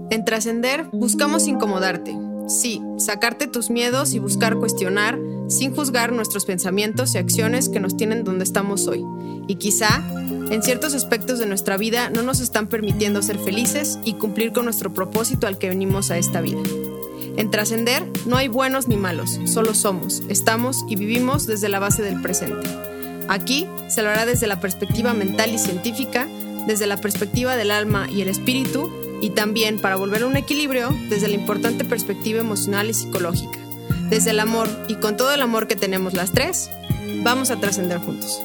En Trascender buscamos incomodarte. Sí, sacarte tus miedos y buscar cuestionar sin juzgar nuestros pensamientos y acciones que nos tienen donde estamos hoy. Y quizá, en ciertos aspectos de nuestra vida no nos están permitiendo ser felices y cumplir con nuestro propósito al que venimos a esta vida. En Trascender no hay buenos ni malos, solo somos, estamos y vivimos desde la base del presente. Aquí se lo hará desde la perspectiva mental y científica, desde la perspectiva del alma y el espíritu, y también, para volver a un equilibrio, desde la importante perspectiva emocional y psicológica. Desde el amor, y con todo el amor que tenemos las tres, vamos a trascender juntos.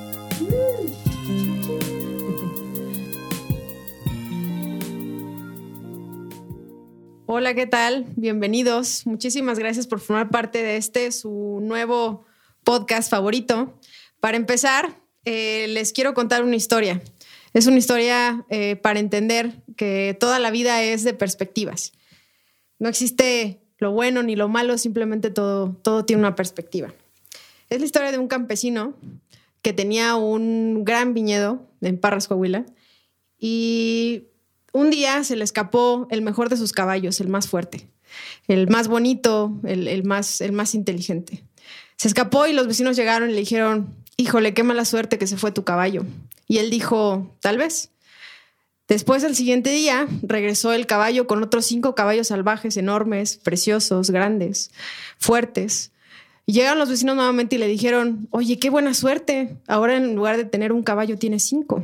Hola, ¿qué tal? Bienvenidos. Muchísimas gracias por formar parte de su nuevo podcast favorito. Para empezar, les quiero contar una historia. Es una historia para entender que toda la vida es de perspectivas. No existe lo bueno ni lo malo, simplemente todo tiene una perspectiva. Es la historia de un campesino que tenía un gran viñedo en Parras, Coahuila, y un día se le escapó el mejor de sus caballos, el más fuerte, el más bonito, el más inteligente. Se escapó y los vecinos llegaron y le dijeron: híjole, qué mala suerte que se fue tu caballo. Y él dijo: tal vez. Después, al siguiente día, regresó el caballo con otros 5 caballos salvajes enormes, preciosos, grandes, fuertes. Y llegaron los vecinos nuevamente y le dijeron: oye, qué buena suerte. Ahora en lugar de tener un caballo, tienes 5.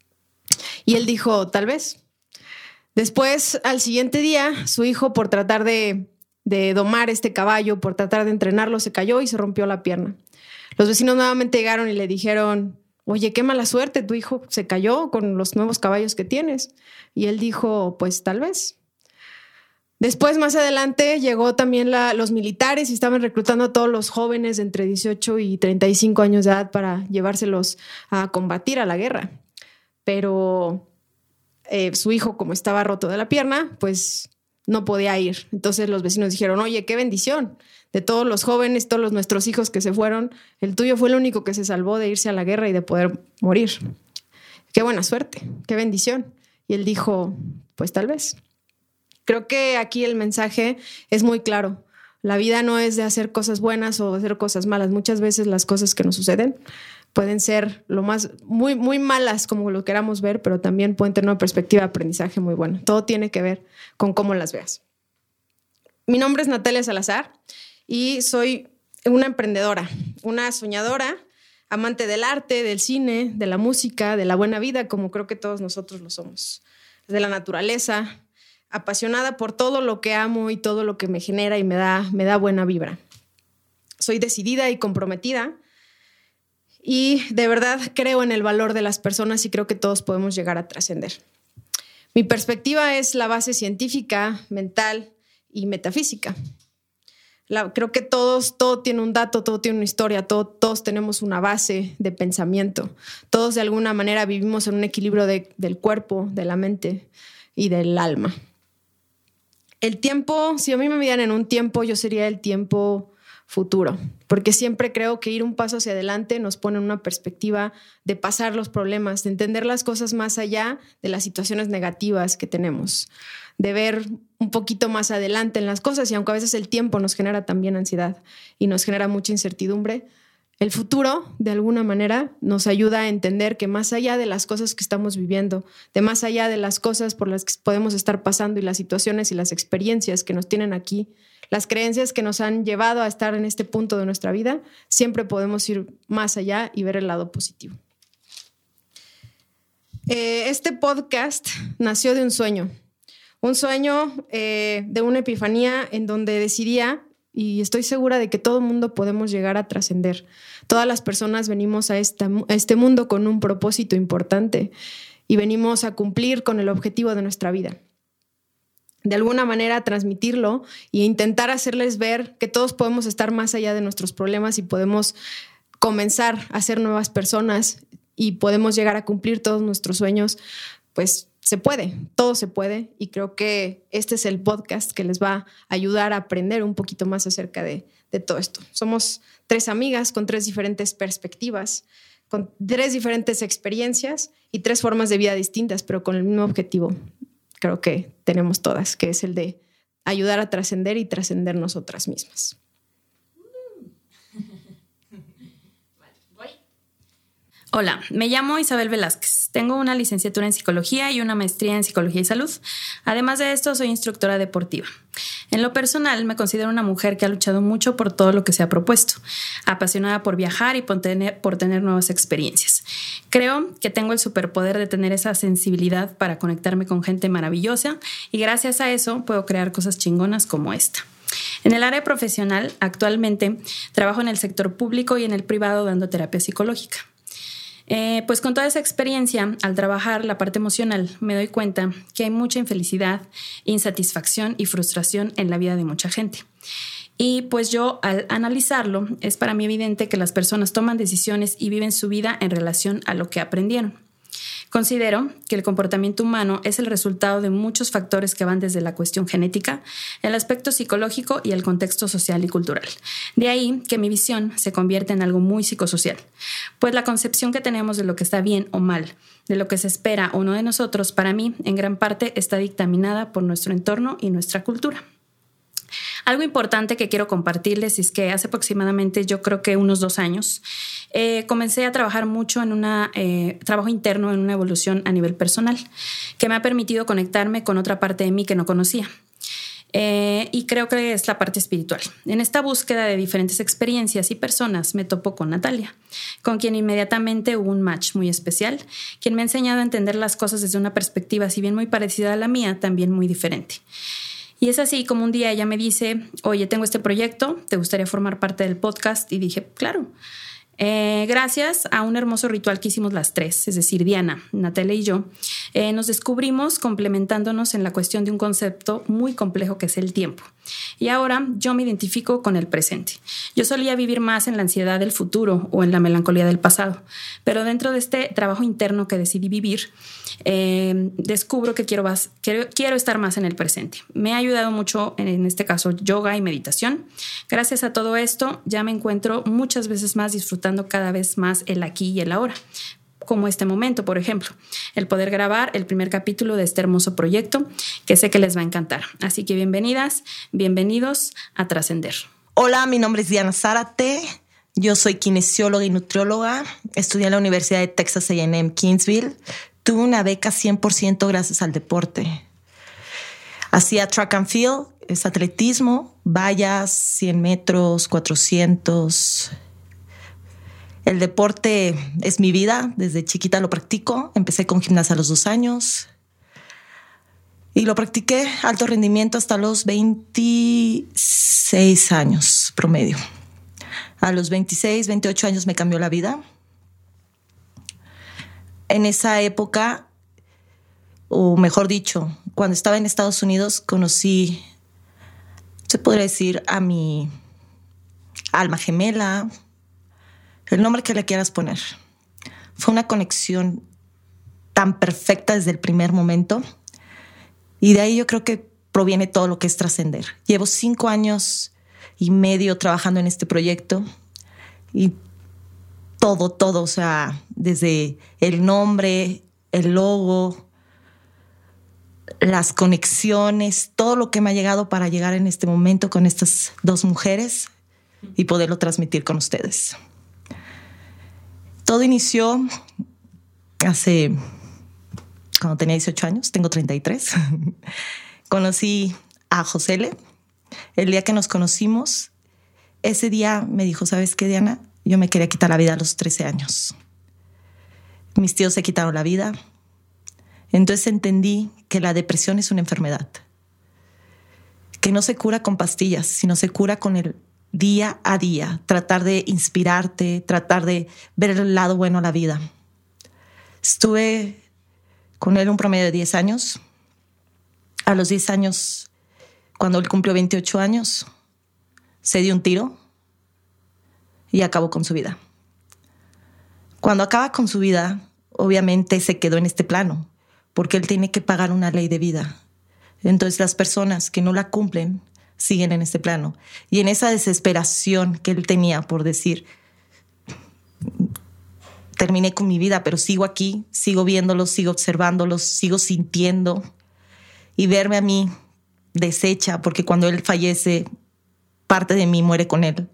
Y él dijo: tal vez. Después, al siguiente día, su hijo, por tratar de domar este caballo, por tratar de entrenarlo, se cayó y se rompió la pierna. Los vecinos nuevamente llegaron y le dijeron: oye, qué mala suerte, tu hijo se cayó con los nuevos caballos que tienes. Y él dijo: pues tal vez. Después, más adelante, llegó también los militares y estaban reclutando a todos los jóvenes de entre 18 y 35 años de edad para llevárselos a combatir a la guerra. Pero su hijo, como estaba roto de la pierna, pues no podía ir. Entonces los vecinos dijeron: oye, qué bendición. De todos los jóvenes, todos nuestros hijos que se fueron, el tuyo fue el único que se salvó de irse a la guerra y de poder morir. Qué buena suerte, qué bendición. Y él dijo: pues tal vez. Creo que aquí el mensaje es muy claro. La vida no es de hacer cosas buenas o de hacer cosas malas. Muchas veces las cosas que nos suceden pueden ser muy, muy malas, como lo queramos ver, pero también pueden tener una perspectiva de aprendizaje muy buena. Todo tiene que ver con cómo las veas. Mi nombre es Natalia Salazar y soy una emprendedora, una soñadora, amante del arte, del cine, de la música, de la buena vida, como creo que todos nosotros lo somos, de la naturaleza, apasionada por todo lo que amo y todo lo que me genera y me da buena vibra. Soy decidida y comprometida y de verdad creo en el valor de las personas y creo que todos podemos llegar a trascender. Mi perspectiva es la base científica, mental y metafísica. Creo que todo tiene un dato, todo tiene una historia, todos tenemos una base de pensamiento. Todos de alguna manera vivimos en un equilibrio del cuerpo, de la mente y del alma. El tiempo, si a mí me midieran en un tiempo, yo sería el tiempo futuro, porque siempre creo que ir un paso hacia adelante nos pone en una perspectiva de pasar los problemas, de entender las cosas más allá de las situaciones negativas que tenemos, de ver un poquito más adelante en las cosas. Y aunque a veces el tiempo nos genera también ansiedad y nos genera mucha incertidumbre, el futuro de alguna manera nos ayuda a entender que más allá de las cosas que estamos viviendo, de más allá de las cosas por las que podemos estar pasando y las situaciones y las experiencias que nos tienen aquí, las creencias que nos han llevado a estar en este punto de nuestra vida, siempre podemos ir más allá y ver el lado positivo. Este podcast nació de un sueño de una epifanía en donde decidía, y estoy segura de que todo el mundo podemos llegar a trascender. Todas las personas venimos a este mundo con un propósito importante y venimos a cumplir con el objetivo de nuestra vida. De alguna manera transmitirlo e intentar hacerles ver que todos podemos estar más allá de nuestros problemas y podemos comenzar a ser nuevas personas y podemos llegar a cumplir todos nuestros sueños. Pues se puede, todo se puede, y creo que este es el podcast que les va a ayudar a aprender un poquito más acerca de todo esto. Somos 3 amigas con 3 diferentes perspectivas, con 3 diferentes experiencias y 3 formas de vida distintas, pero con el mismo objetivo: creo que tenemos todas, que es el de ayudar a trascender y trascender nosotras mismas. Hola, me llamo Isabel Velázquez. Tengo una licenciatura en psicología y una maestría en psicología y salud. Además de esto, soy instructora deportiva. En lo personal, me considero una mujer que ha luchado mucho por todo lo que se ha propuesto, apasionada por viajar y por tener nuevas experiencias. Creo que tengo el superpoder de tener esa sensibilidad para conectarme con gente maravillosa y gracias a eso puedo crear cosas chingonas como esta. En el área profesional, actualmente trabajo en el sector público y en el privado dando terapia psicológica. Pues con toda esa experiencia, al trabajar la parte emocional, me doy cuenta que hay mucha infelicidad, insatisfacción y frustración en la vida de mucha gente. Y pues yo, al analizarlo, es para mí evidente que las personas toman decisiones y viven su vida en relación a lo que aprendieron. Considero que el comportamiento humano es el resultado de muchos factores que van desde la cuestión genética, el aspecto psicológico y el contexto social y cultural. De ahí que mi visión se convierte en algo muy psicosocial, pues la concepción que tenemos de lo que está bien o mal, de lo que se espera o no de nosotros, para mí, en gran parte está dictaminada por nuestro entorno y nuestra cultura. Algo importante que quiero compartirles es que hace aproximadamente, yo creo que unos 2 años, comencé a trabajar mucho en un trabajo interno, en una evolución a nivel personal, que me ha permitido conectarme con otra parte de mí que no conocía. Y creo que es la parte espiritual. En esta búsqueda de diferentes experiencias y personas me topo con Natalia, con quien inmediatamente hubo un match muy especial, quien me ha enseñado a entender las cosas desde una perspectiva, si bien muy parecida a la mía, también muy diferente. Y es así como un día ella me dice, oye, tengo este proyecto, ¿te gustaría formar parte del podcast? Y dije, claro. Gracias a un hermoso ritual que hicimos las tres, es decir, Diana, Natalia y yo, nos descubrimos complementándonos en la cuestión de un concepto muy complejo que es el tiempo. Y ahora yo me identifico con el presente. Yo solía vivir más en la ansiedad del futuro o en la melancolía del pasado, pero dentro de este trabajo interno que decidí vivir, descubro que quiero estar más en el presente. Me ha ayudado mucho, en este caso, yoga y meditación. Gracias a todo esto, ya me encuentro muchas veces más disfrutando cada vez más el aquí y el ahora, como este momento, por ejemplo, el poder grabar el primer capítulo de este hermoso proyecto que sé que les va a encantar. Así que bienvenidas, bienvenidos a Trascender. Hola, mi nombre es Diana Zárate. Yo soy kinesióloga y nutrióloga. Estudié en la Universidad de Texas A&M Kingsville. Tuve una beca 100% gracias al deporte. Hacía track and field, es atletismo, vallas, 100 metros, 400. El deporte es mi vida. Desde chiquita lo practico. Empecé con gimnasia a los 2 años. Y lo practiqué alto rendimiento hasta los 26 años promedio. A los 26, 28 años me cambió la vida. En esa época, o mejor dicho, cuando estaba en Estados Unidos, conocí, se podría decir, a mi alma gemela, el nombre que le quieras poner. Fue una conexión tan perfecta desde el primer momento. Y de ahí yo creo que proviene todo lo que es trascender. Llevo 5 años y medio trabajando en este proyecto y todo, o sea, desde el nombre, el logo, las conexiones, todo lo que me ha llegado para llegar en este momento con estas 2 mujeres y poderlo transmitir con ustedes. Todo inició cuando tenía 18 años, tengo 33. Conocí a Josele. El día que nos conocimos, ese día me dijo, ¿sabes qué, Diana? Yo me quería quitar la vida a los 13 años. Mis tíos se quitaron la vida. Entonces entendí que la depresión es una enfermedad, que no se cura con pastillas, sino se cura con el día a día, tratar de inspirarte, tratar de ver el lado bueno a la vida. Estuve con él un promedio de 10 años. A los 10 años, cuando él cumplió 28 años, se dio un tiro y acabó con su vida. Cuando acaba con su vida, obviamente se quedó en este plano, porque él tiene que pagar una ley de vida. Entonces las personas que no la cumplen siguen en este plano. Y en esa desesperación que él tenía por decir, terminé con mi vida, pero sigo aquí, sigo viéndolos, sigo observándolos, sigo sintiendo. y verme a mí deshecha, porque cuando él fallece, parte de mí muere con él.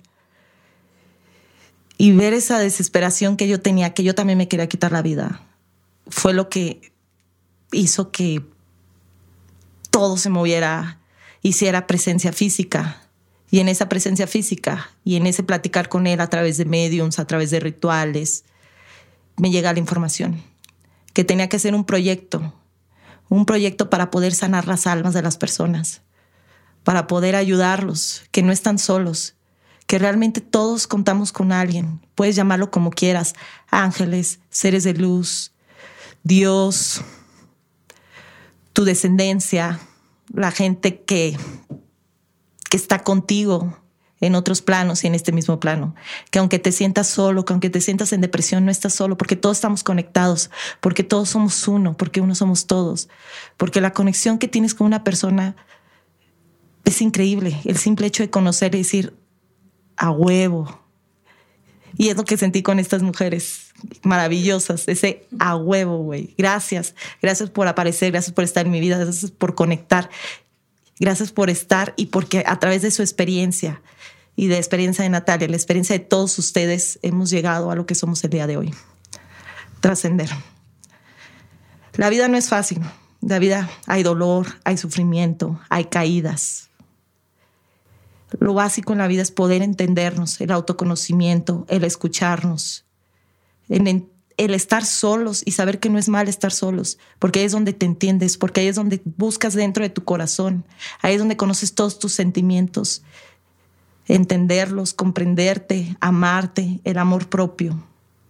Y ver esa desesperación que yo tenía, que yo también me quería quitar la vida, fue lo que hizo que todo se moviera, hiciera presencia física. Y en esa presencia física y en ese platicar con él a través de mediums, a través de rituales, me llega la información que tenía que hacer un proyecto para poder sanar las almas de las personas, para poder ayudarlos, que no están solos, que realmente todos contamos con alguien. Puedes llamarlo como quieras, ángeles, seres de luz, Dios, tu descendencia, la gente que está contigo en otros planos y en este mismo plano. Que aunque te sientas solo, que aunque te sientas en depresión, no estás solo, porque todos estamos conectados, porque todos somos uno, porque uno somos todos. Porque la conexión que tienes con una persona es increíble. El simple hecho de conocer y decir, a huevo. Y es lo que sentí con estas mujeres maravillosas, ese a huevo, güey. Gracias. Gracias por aparecer, gracias por estar en mi vida, gracias por conectar. Gracias por estar y porque a través de su experiencia y de la experiencia de Natalia, la experiencia de todos ustedes, hemos llegado a lo que somos el día de hoy. Trascender. La vida no es fácil. La vida hay dolor, hay sufrimiento, hay caídas. Lo básico en la vida es poder entendernos, el autoconocimiento, el escucharnos, el estar solos y saber que no es mal estar solos, porque ahí es donde te entiendes, porque ahí es donde buscas dentro de tu corazón, ahí es donde conoces todos tus sentimientos, entenderlos, comprenderte, amarte, el amor propio.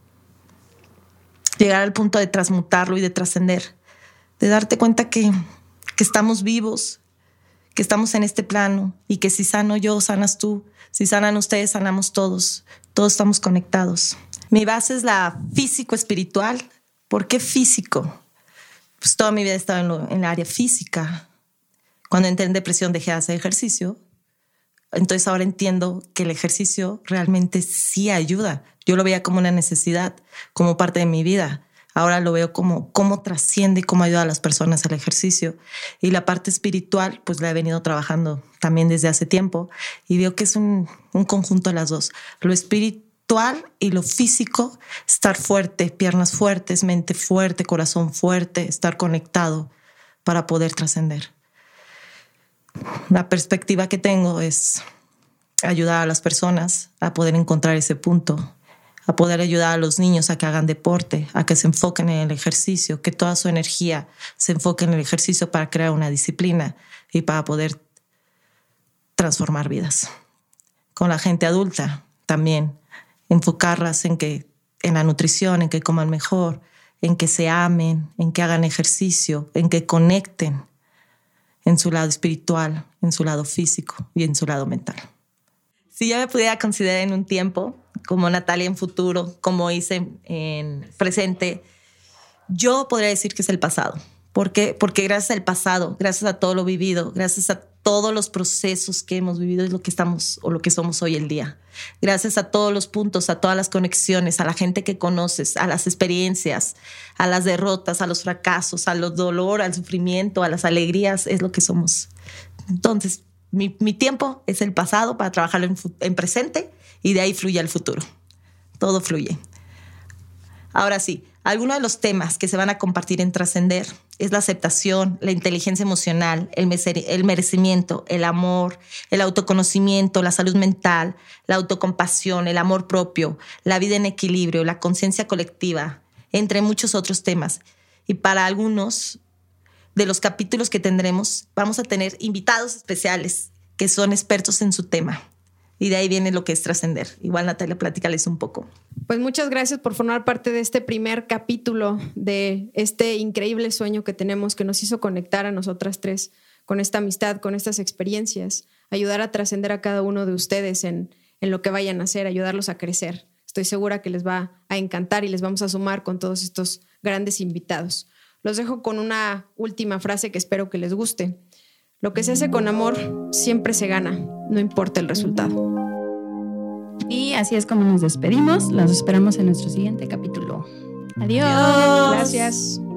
Llegar al punto de transmutarlo y de trascender, de darte cuenta que estamos vivos, que estamos en este plano y que si sano yo, sanas tú, si sanan ustedes, sanamos todos, todos estamos conectados. Mi base es la físico-espiritual. ¿Por qué físico? Pues toda mi vida he estado en la área física. Cuando entré en depresión dejé de hacer ejercicio. Entonces ahora entiendo que el ejercicio realmente sí ayuda. Yo lo veía como una necesidad, como parte de mi vida. Ahora lo veo como cómo trasciende y cómo ayuda a las personas el ejercicio. Y la parte espiritual, pues la he venido trabajando también desde hace tiempo. Y veo que es un conjunto de las dos. Lo espiritual y lo físico, estar fuerte, piernas fuertes, mente fuerte, corazón fuerte, estar conectado para poder trascender. La perspectiva que tengo es ayudar a las personas a poder encontrar ese punto, a poder ayudar a los niños a que hagan deporte, a que se enfoquen en el ejercicio, que toda su energía se enfoque en el ejercicio para crear una disciplina y para poder transformar vidas. Con la gente adulta también, enfocarlas en la nutrición, en que coman mejor, en que se amen, en que hagan ejercicio, en que conecten en su lado espiritual, en su lado físico y en su lado mental. Si yo me pudiera considerar en un tiempo, como Natalia en futuro, como hice en presente, yo podría decir que es el pasado. ¿Por qué? Porque gracias al pasado, gracias a todo lo vivido, gracias a todos los procesos que hemos vivido es lo que estamos o lo que somos hoy el día. Gracias a todos los puntos, a todas las conexiones, a la gente que conoces, a las experiencias, a las derrotas, a los fracasos, al dolor, al sufrimiento, a las alegrías, es lo que somos. Entonces, mi tiempo es el pasado para trabajarlo en presente y de ahí fluye al futuro. Todo fluye. Ahora sí, algunos de los temas que se van a compartir en Trascender es la aceptación, la inteligencia emocional, el merecimiento, el amor, el autoconocimiento, la salud mental, la autocompasión, el amor propio, la vida en equilibrio, la conciencia colectiva, entre muchos otros temas. Y para algunos de los capítulos que tendremos, vamos a tener invitados especiales que son expertos en su tema. Y de ahí viene lo que es Trascender. Igual, Natalia, platícales un poco. Pues muchas gracias por formar parte de este primer capítulo de este increíble sueño que tenemos, que nos hizo conectar a nosotras tres con esta amistad, con estas experiencias, ayudar a trascender a cada uno de ustedes en lo que vayan a hacer, ayudarlos a crecer. Estoy segura que les va a encantar y les vamos a sumar con todos estos grandes invitados. Los dejo con una última frase que espero que les guste. Lo que se hace con amor siempre se gana, no importa el resultado. Y así es como nos despedimos. Los esperamos en nuestro siguiente capítulo. Adiós. Gracias.